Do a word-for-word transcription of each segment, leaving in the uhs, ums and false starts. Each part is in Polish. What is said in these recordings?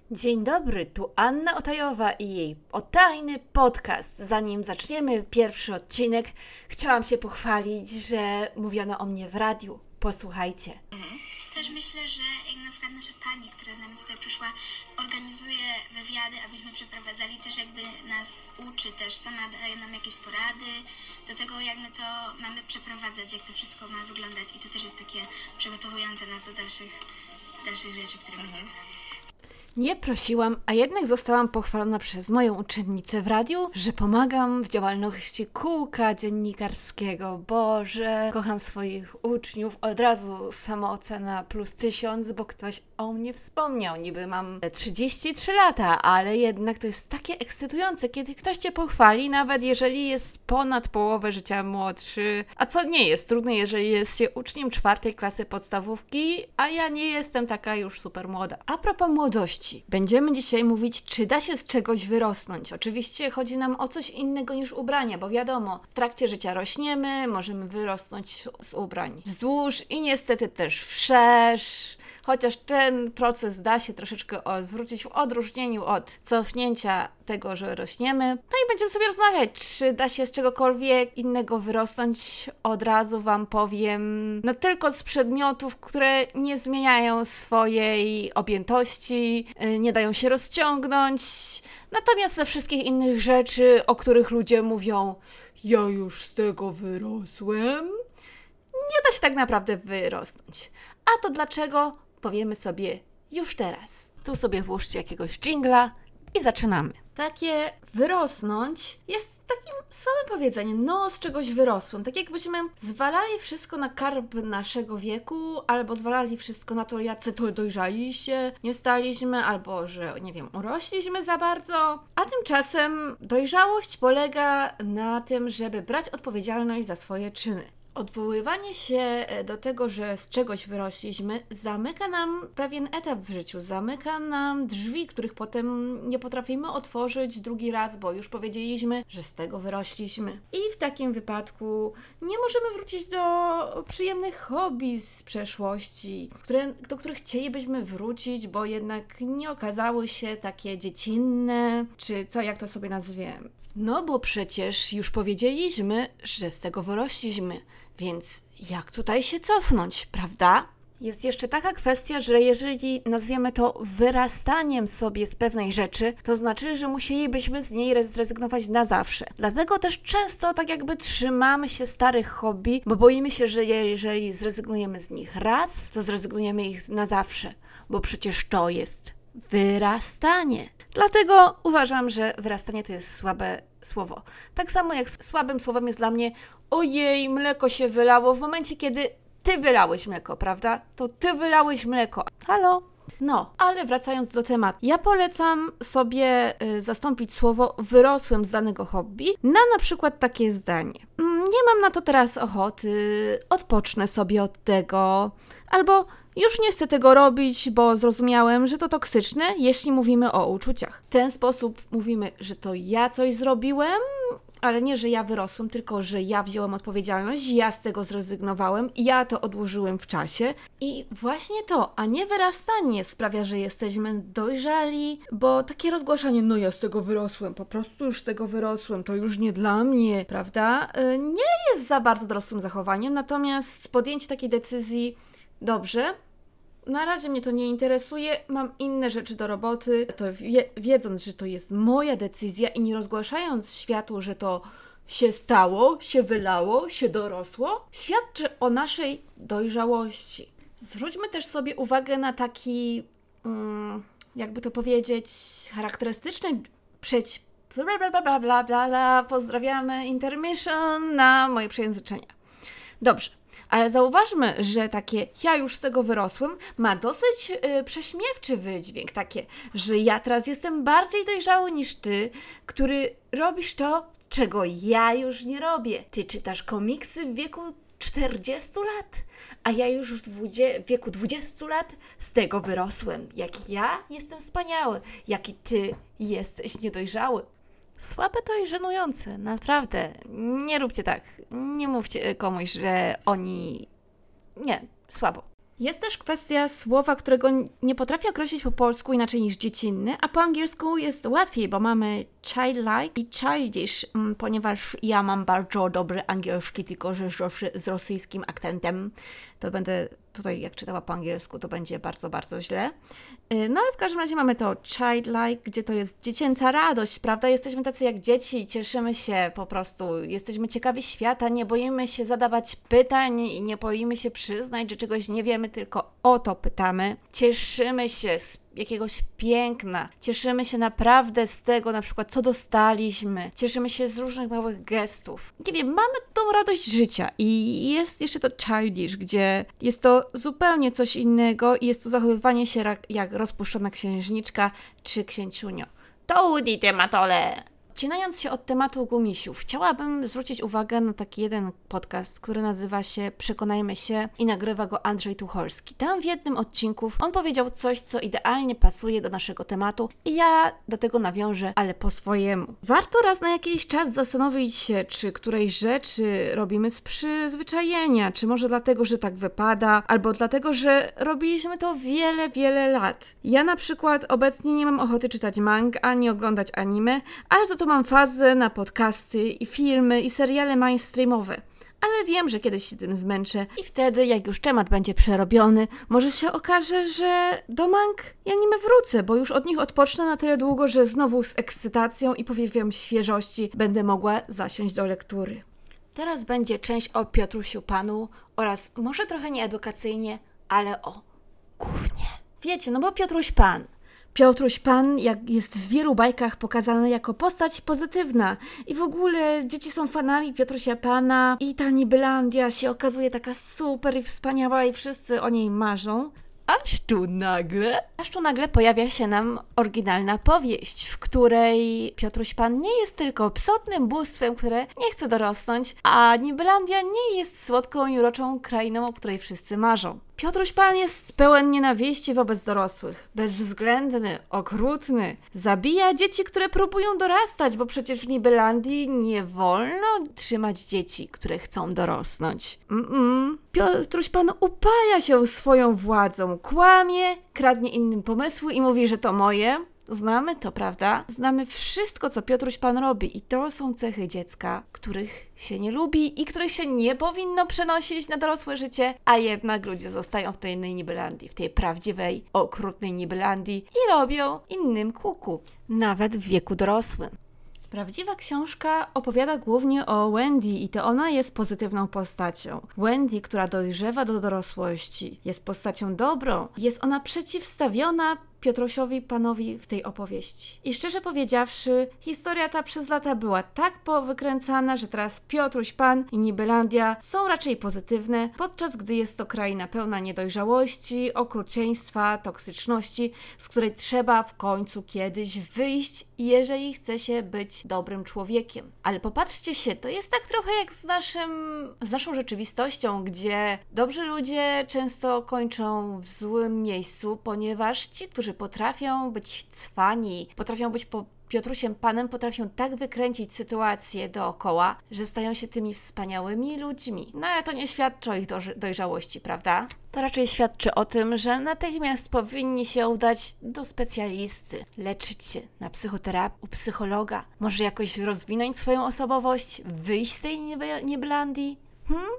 Dzień dobry, tu Anna Otajowa i jej otajny podcast. Zanim zaczniemy pierwszy odcinek, chciałam się pochwalić, że mówiono o mnie w radiu. Posłuchajcie. Mhm. Też myślę, że jak na przykład nasza pani, która z nami tutaj przyszła, organizuje wywiady, abyśmy przeprowadzali, też jakby nas uczy, też sama daje nam jakieś porady do tego, jak my to mamy przeprowadzać, jak to wszystko ma wyglądać i to też jest takie przygotowujące nas do dalszych, dalszych rzeczy, które mhm. będziemy robić. Nie prosiłam, a jednak zostałam pochwalona przez moją uczennicę w radiu, że pomagam w działalności kółka dziennikarskiego. Boże, kocham swoich uczniów. Od razu samoocena plus tysiąc, bo ktoś o mnie wspomniał. Niby mam trzydzieści trzy lata, ale jednak to jest takie ekscytujące, kiedy ktoś cię pochwali, nawet jeżeli jest ponad połowę życia młodszy. A co nie jest trudne, jeżeli jest się uczniem czwartej klasy podstawówki, a ja nie jestem taka już super młoda. A propos młodości. Będziemy dzisiaj mówić, czy da się z czegoś wyrosnąć. Oczywiście chodzi nam o coś innego niż ubrania, bo wiadomo, w trakcie życia rośniemy, możemy wyrosnąć z ubrań wzdłuż i niestety też wszerz. Chociaż ten proces da się troszeczkę odwrócić w odróżnieniu od cofnięcia tego, że rośniemy. No i będziemy sobie rozmawiać, czy da się z czegokolwiek innego wyrosnąć. Od razu Wam powiem, no tylko z przedmiotów, które nie zmieniają swojej objętości, nie dają się rozciągnąć. Natomiast ze wszystkich innych rzeczy, o których ludzie mówią, ja już z tego wyrosłem, nie da się tak naprawdę wyrosnąć. A to dlaczego? Powiemy sobie już teraz. Tu sobie włóżcie jakiegoś dżingla i zaczynamy. Takie wyrosnąć jest takim słabym powiedzeniem, no z czegoś wyrosłem. Tak jakbyśmy zwalali wszystko na karb naszego wieku, albo zwalali wszystko na to, jacy to dojrzali się, nie staliśmy, albo że, nie wiem, urośliśmy za bardzo. A tymczasem dojrzałość polega na tym, żeby brać odpowiedzialność za swoje czyny. Odwoływanie się do tego, że z czegoś wyrośliśmy, zamyka nam pewien etap w życiu, zamyka nam drzwi, których potem nie potrafimy otworzyć drugi raz, bo już powiedzieliśmy, że z tego wyrośliśmy. I w takim wypadku nie możemy wrócić do przyjemnych hobby z przeszłości, które, do których chcielibyśmy wrócić, bo jednak nie okazały się takie dziecinne, czy co, jak to sobie nazwiemy. No bo przecież już powiedzieliśmy, że z tego wyrośliśmy, więc jak tutaj się cofnąć, prawda? Jest jeszcze taka kwestia, że jeżeli nazwiemy to wyrastaniem sobie z pewnej rzeczy, to znaczy, że musielibyśmy z niej zrezygnować na zawsze. Dlatego też często tak jakby trzymamy się starych hobby, bo boimy się, że jeżeli zrezygnujemy z nich raz, to zrezygnujemy ich na zawsze, bo przecież to jest wyrastanie. Dlatego uważam, że wyrastanie to jest słabe słowo. Tak samo jak słabym słowem jest dla mnie ojej, mleko się wylało w momencie, kiedy ty wylałeś mleko, prawda? To ty wylałeś mleko. Halo? No, ale wracając do tematu. Ja polecam sobie y, zastąpić słowo wyrosłem z danego hobby na na przykład takie zdanie. Mm, nie mam na to teraz ochoty, odpocznę sobie od tego, albo już nie chcę tego robić, bo zrozumiałem, że to toksyczne, jeśli mówimy o uczuciach. W ten sposób mówimy, że to ja coś zrobiłem, ale nie, że ja wyrosłem, tylko że ja wziąłem odpowiedzialność, ja z tego zrezygnowałem, ja to odłożyłem w czasie. I właśnie to, a nie wyrastanie sprawia, że jesteśmy dojrzali, bo takie rozgłaszanie, no ja z tego wyrosłem, po prostu już z tego wyrosłem, to już nie dla mnie, prawda? Nie jest za bardzo dorosłym zachowaniem, natomiast podjęcie takiej decyzji, dobrze, na razie mnie to nie interesuje, mam inne rzeczy do roboty, to wie, wiedząc, że to jest moja decyzja i nie rozgłaszając światu, że to się stało, się wylało, się dorosło, świadczy o naszej dojrzałości. Zwróćmy też sobie uwagę na taki, mm, jakby to powiedzieć, charakterystyczny przeć... Bla, bla, bla, bla, bla, bla. Pozdrawiamy intermission na moje przejęzyczenia. Dobrze. Ale zauważmy, że takie ja już z tego wyrosłem ma dosyć yy, prześmiewczy wydźwięk, takie, że ja teraz jestem bardziej dojrzały niż ty, który robisz to, czego ja już nie robię. Ty czytasz komiksy w wieku czterdziestu lat, a ja już w, dwudzie- w wieku dwudziestu lat z tego wyrosłem. Jak ja jestem wspaniały, jaki ty jesteś niedojrzały. Słabe to i żenujące, naprawdę. Nie róbcie tak. Nie mówcie komuś, że oni... Nie, słabo. Jest też kwestia słowa, którego nie potrafię określić po polsku inaczej niż dziecinny, a po angielsku jest łatwiej, bo mamy childlike i childish, ponieważ ja mam bardzo dobry angielski, tylko że z rosyjskim akcentem. To będę tutaj, jak czytała po angielsku, to będzie bardzo, bardzo źle. No ale w każdym razie mamy to childlike, gdzie to jest dziecięca radość, prawda? Jesteśmy tacy jak dzieci, cieszymy się po prostu, jesteśmy ciekawi świata, nie boimy się zadawać pytań i nie boimy się przyznać, że czegoś nie wiemy, tylko o to pytamy. Cieszymy się z jakiegoś piękna, cieszymy się naprawdę z tego, na przykład co dostaliśmy, cieszymy się z różnych małych gestów. Nie wiem, mamy tą radość życia i jest jeszcze to childish, gdzie jest to zupełnie coś innego i jest to zachowywanie się jak rozpuszczona księżniczka czy księciunio. To udi tematole! Odcinając się od tematu gumisiów, chciałabym zwrócić uwagę na taki jeden podcast, który nazywa się Przekonajmy się i nagrywa go Andrzej Tucholski. Tam w jednym odcinku on powiedział coś, co idealnie pasuje do naszego tematu i ja do tego nawiążę, ale po swojemu. Warto raz na jakiś czas zastanowić się, czy którejś rzeczy robimy z przyzwyczajenia, czy może dlatego, że tak wypada, albo dlatego, że robiliśmy to wiele, wiele lat. Ja na przykład obecnie nie mam ochoty czytać mang, ani oglądać anime, ale za to mam fazę na podcasty i filmy i seriale mainstreamowe. Ale wiem, że kiedyś się tym zmęczę i wtedy, jak już temat będzie przerobiony, może się okaże, że do mang ja anime wrócę, bo już od nich odpocznę na tyle długo, że znowu z ekscytacją i powiewiem świeżości będę mogła zasiąść do lektury. Teraz będzie część o Piotrusiu Panu oraz może trochę nieedukacyjnie, ale o głównie. Wiecie, no bo Piotruś Pan. Piotruś Pan, jak jest w wielu bajkach pokazany jako postać pozytywna i w ogóle dzieci są fanami Piotrusia Pana i ta Nibylandia się okazuje taka super i wspaniała i wszyscy o niej marzą. Aż tu nagle, aż tu nagle pojawia się nam oryginalna powieść, w której Piotruś Pan nie jest tylko psotnym bóstwem, które nie chce dorosnąć, a Nibylandia nie jest słodką i uroczą krainą, o której wszyscy marzą. Piotruś Pan jest pełen nienawiści wobec dorosłych, bezwzględny, okrutny. Zabija dzieci, które próbują dorastać, bo przecież w Nibylandii nie wolno trzymać dzieci, które chcą dorosnąć. Mm-mm. Piotruś Pan upaja się swoją władzą, kłamie, kradnie innym pomysły i mówi, że to moje. Znamy to, prawda? Znamy wszystko, co Piotruś Pan robi i to są cechy dziecka, których się nie lubi i których się nie powinno przenosić na dorosłe życie, a jednak ludzie zostają w tej innej Nibylandii, w tej prawdziwej, okrutnej Nibylandii i robią innym kuku, nawet w wieku dorosłym. Prawdziwa książka opowiada głównie o Wendy i to ona jest pozytywną postacią. Wendy, która dojrzewa do dorosłości, jest postacią dobrą. Jest ona przeciwstawiona Piotrusiowi Panowi w tej opowieści. I szczerze powiedziawszy, historia ta przez lata była tak powykręcana, że teraz Piotruś Pan i Nibylandia są raczej pozytywne, podczas gdy jest to kraina pełna niedojrzałości, okrucieństwa, toksyczności, z której trzeba w końcu kiedyś wyjść, jeżeli chce się być dobrym człowiekiem. Ale popatrzcie się, to jest tak trochę jak z naszym, z naszą rzeczywistością, gdzie dobrzy ludzie często kończą w złym miejscu, ponieważ ci, którzy potrafią być cwani, potrafią być po Piotrusiem Panem, potrafią tak wykręcić sytuację dookoła, że stają się tymi wspaniałymi ludźmi. No ale to nie świadczy o ich dojrzałości, prawda? To raczej świadczy o tym, że natychmiast powinni się udać do specjalisty, leczyć się na psychoterapię, u psychologa, może jakoś rozwinąć swoją osobowość, wyjść z tej Nibylandii. Hmm?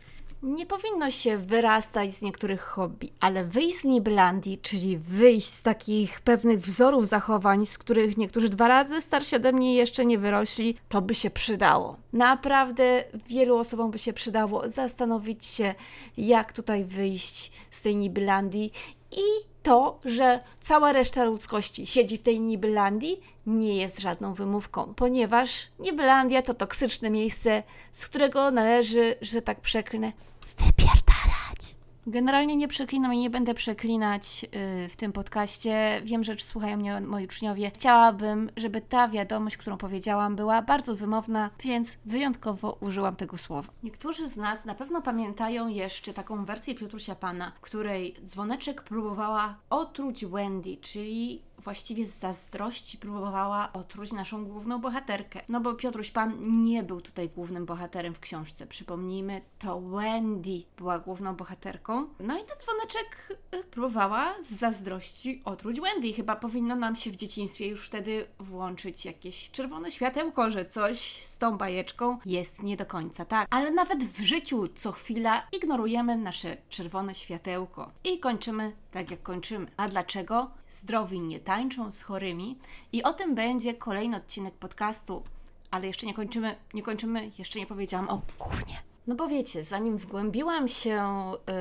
Nie powinno się wyrastać z niektórych hobby, ale wyjść z Nibylandii, czyli wyjść z takich pewnych wzorów zachowań, z których niektórzy dwa razy starsi ode mnie jeszcze nie wyrośli, to by się przydało. Naprawdę wielu osobom by się przydało zastanowić się, jak tutaj wyjść z tej Nibylandii i to, że cała reszta ludzkości siedzi w tej Nibylandii, nie jest żadną wymówką, ponieważ Nibylandia to toksyczne miejsce, z którego należy, że tak przeklnę, wypierdalać. Generalnie nie przeklinam i nie będę przeklinać yy, w tym podcaście. Wiem, że słuchają mnie moi uczniowie. Chciałabym, żeby ta wiadomość, którą powiedziałam, była bardzo wymowna, więc wyjątkowo użyłam tego słowa. Niektórzy z nas na pewno pamiętają jeszcze taką wersję Piotrusia Pana, w której dzwoneczek próbowała otruć Wendy, czyli właściwie z zazdrości próbowała otruć naszą główną bohaterkę. No bo Piotruś Pan nie był tutaj głównym bohaterem w książce. Przypomnijmy, to Wendy była główną bohaterką. No i na dzwoneczek próbowała z zazdrości otruć Wendy. Chyba powinno nam się w dzieciństwie już wtedy włączyć jakieś czerwone światełko, że coś z tą bajeczką jest nie do końca tak. Ale nawet w życiu co chwila ignorujemy nasze czerwone światełko i kończymy tak jak kończymy. A dlaczego? Zdrowi nie tańczą z chorymi i o tym będzie kolejny odcinek podcastu. Ale jeszcze nie kończymy, nie kończymy, jeszcze nie powiedziałam o głównie. No bo wiecie, zanim wgłębiłam się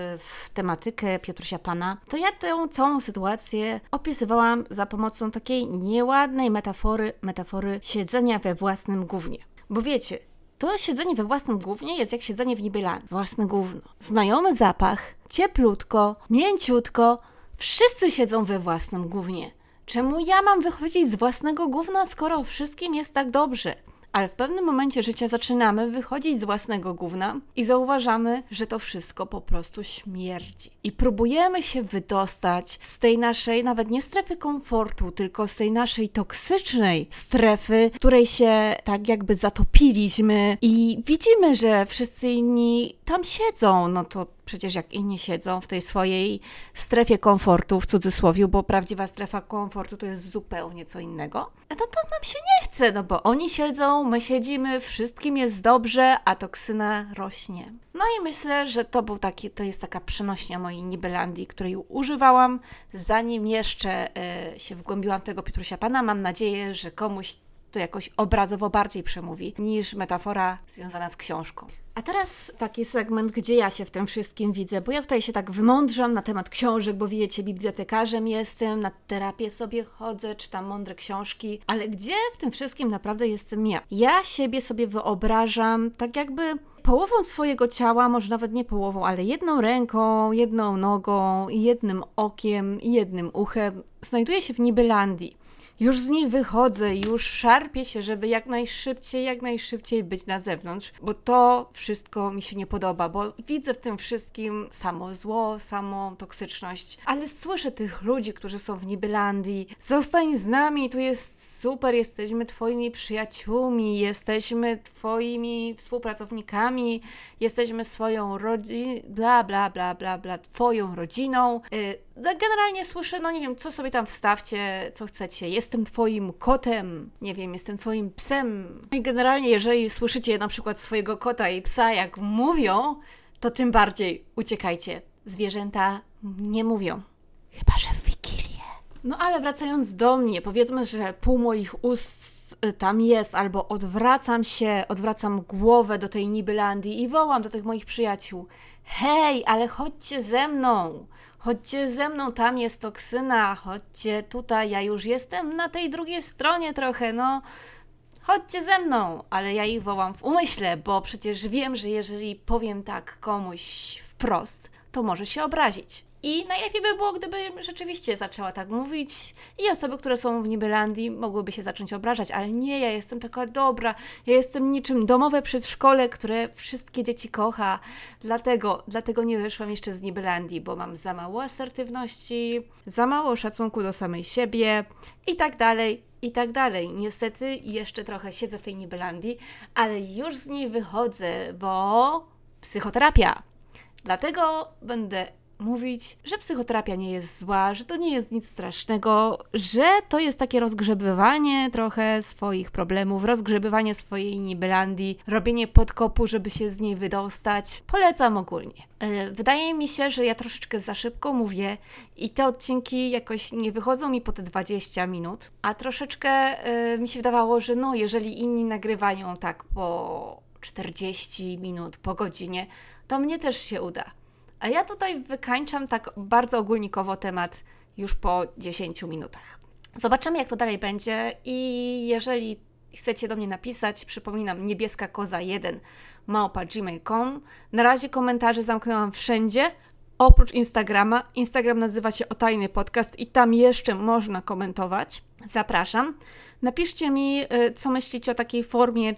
w tematykę Piotrusia Pana, to ja tę całą sytuację opisywałam za pomocą takiej nieładnej metafory, metafory siedzenia we własnym gównie. Bo wiecie, to siedzenie we własnym gównie jest jak siedzenie w Nibylandii. Własne gówno. Znajomy zapach, cieplutko, mięciutko, wszyscy siedzą we własnym gównie. Czemu ja mam wychodzić z własnego gówna, skoro wszystkim jest tak dobrze? Ale w pewnym momencie życia zaczynamy wychodzić z własnego gówna i zauważamy, że to wszystko po prostu śmierdzi. I próbujemy się wydostać z tej naszej, nawet nie strefy komfortu, tylko z tej naszej toksycznej strefy, w której się tak jakby zatopiliśmy i widzimy, że wszyscy inni tam siedzą. No to przecież jak inni siedzą w tej swojej strefie komfortu, w cudzysłowie, bo prawdziwa strefa komfortu to jest zupełnie co innego, no to nam się nie chce, no bo oni siedzą, my siedzimy, wszystkim jest dobrze, a toksyna rośnie. No i myślę, że to był taki, to jest taka przenośnia mojej Nibylandii, której używałam, zanim jeszcze e, się wgłębiłam w tego Piotrusia Pana. Mam nadzieję, że komuś to jakoś obrazowo bardziej przemówi niż metafora związana z książką. A teraz taki segment, gdzie ja się w tym wszystkim widzę, bo ja tutaj się tak wymądrzam na temat książek, bo wiecie, bibliotekarzem jestem, na terapię sobie chodzę, czytam mądre książki, ale gdzie w tym wszystkim naprawdę jestem ja? Ja siebie sobie wyobrażam tak jakby połową swojego ciała, może nawet nie połową, ale jedną ręką, jedną nogą, jednym okiem i jednym uchem znajduję się w Nibylandii. Już z niej wychodzę, już szarpię się, żeby jak najszybciej, jak najszybciej być na zewnątrz, bo to wszystko mi się nie podoba, bo widzę w tym wszystkim samo zło, samą toksyczność, ale słyszę tych ludzi, którzy są w Nibylandii. Zostań z nami, tu jest super, jesteśmy twoimi przyjaciółmi, jesteśmy twoimi współpracownikami, jesteśmy swoją rodziną, bla, bla, bla, bla, bla, twoją rodziną. Yy, generalnie słyszę, no nie wiem, co sobie tam wstawcie, co chcecie. Jestem twoim kotem, nie wiem, jestem twoim psem. I generalnie, jeżeli słyszycie na przykład swojego kota i psa, jak mówią, to tym bardziej uciekajcie. Zwierzęta nie mówią. Chyba że w Wigilię. No ale wracając do mnie, powiedzmy, że pół moich ust tam jest, albo odwracam się, odwracam głowę do tej Nibylandii i wołam do tych moich przyjaciół: hej, ale chodźcie ze mną! Chodźcie ze mną, tam jest toksyna, chodźcie tutaj, ja już jestem na tej drugiej stronie trochę, no chodźcie ze mną, ale ja ich wołam w umyśle, bo przecież wiem, że jeżeli powiem tak komuś wprost, to może się obrazić. I najlepiej by było, gdybym rzeczywiście zaczęła tak mówić i osoby, które są w Nibylandii, mogłyby się zacząć obrażać, ale nie, ja jestem taka dobra, ja jestem niczym domowe przedszkole, które wszystkie dzieci kocha, dlatego, dlatego nie wyszłam jeszcze z Nibylandii, bo mam za mało asertywności, za mało szacunku do samej siebie i tak dalej, i tak dalej. Niestety jeszcze trochę siedzę w tej Nibylandii, ale już z niej wychodzę, bo psychoterapia. Dlatego będę mówić, że psychoterapia nie jest zła, że to nie jest nic strasznego, że to jest takie rozgrzebywanie trochę swoich problemów, rozgrzebywanie swojej Nibylandii, robienie podkopu, żeby się z niej wydostać. Polecam ogólnie. Wydaje mi się, że ja troszeczkę za szybko mówię i te odcinki jakoś nie wychodzą mi po te dwadzieścia minut, a troszeczkę yy, mi się wydawało, że no, jeżeli inni nagrywają tak po czterdzieści minut, po godzinie, to mnie też się uda. A ja tutaj wykańczam tak bardzo ogólnikowo temat już po dziesięciu minutach. Zobaczymy, jak to dalej będzie i jeżeli chcecie do mnie napisać, przypominam, niebieska koza jeden małpa gmail kropka com. Na razie komentarze zamknęłam wszędzie, oprócz Instagrama. Instagram nazywa się O Tajny Podcast i tam jeszcze można komentować. Zapraszam. Napiszcie mi, co myślicie o takiej formie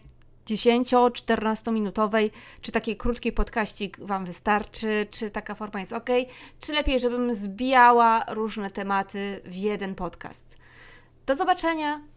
dziesięcio-czternastominutowej, czy taki krótki podcaścik Wam wystarczy, czy taka forma jest ok, czy lepiej, żebym zbijała różne tematy w jeden podcast. Do zobaczenia!